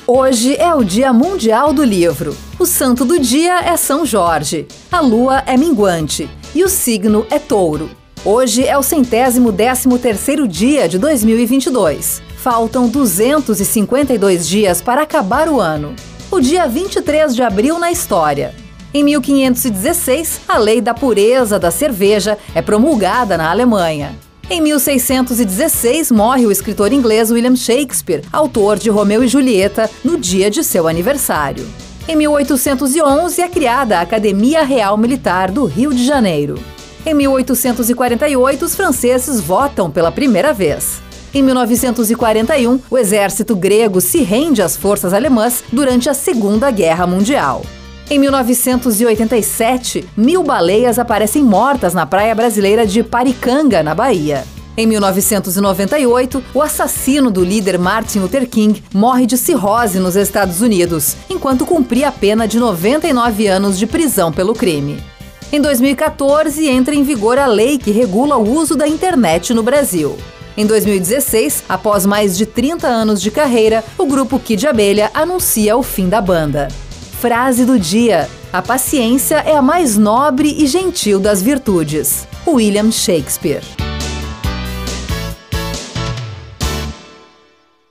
Hoje é o Dia Mundial do Livro. O santo do dia é São Jorge. A lua é minguante e o signo é touro. Hoje é o 113º dia de 2022. Faltam 252 dias para acabar o ano. O dia 23 de abril na história. Em 1516, a lei da pureza da cerveja é promulgada na Alemanha. Em 1616, morre o escritor inglês William Shakespeare, autor de Romeu e Julieta, no dia de seu aniversário. Em 1811, é criada a Academia Real Militar do Rio de Janeiro. Em 1848, os franceses votam pela primeira vez. Em 1941, o exército grego se rende às forças alemãs durante a Segunda Guerra Mundial. Em 1987, 1.000 baleias aparecem mortas na praia brasileira de Paricanga, na Bahia. Em 1998, o assassino do líder Martin Luther King morre de cirrose nos Estados Unidos, enquanto cumpria a pena de 99 anos de prisão pelo crime. Em 2014, entra em vigor a lei que regula o uso da internet no Brasil. Em 2016, após mais de 30 anos de carreira, o grupo Kid Abelha anuncia o fim da banda. Frase do dia: a paciência é a mais nobre e gentil das virtudes. William Shakespeare.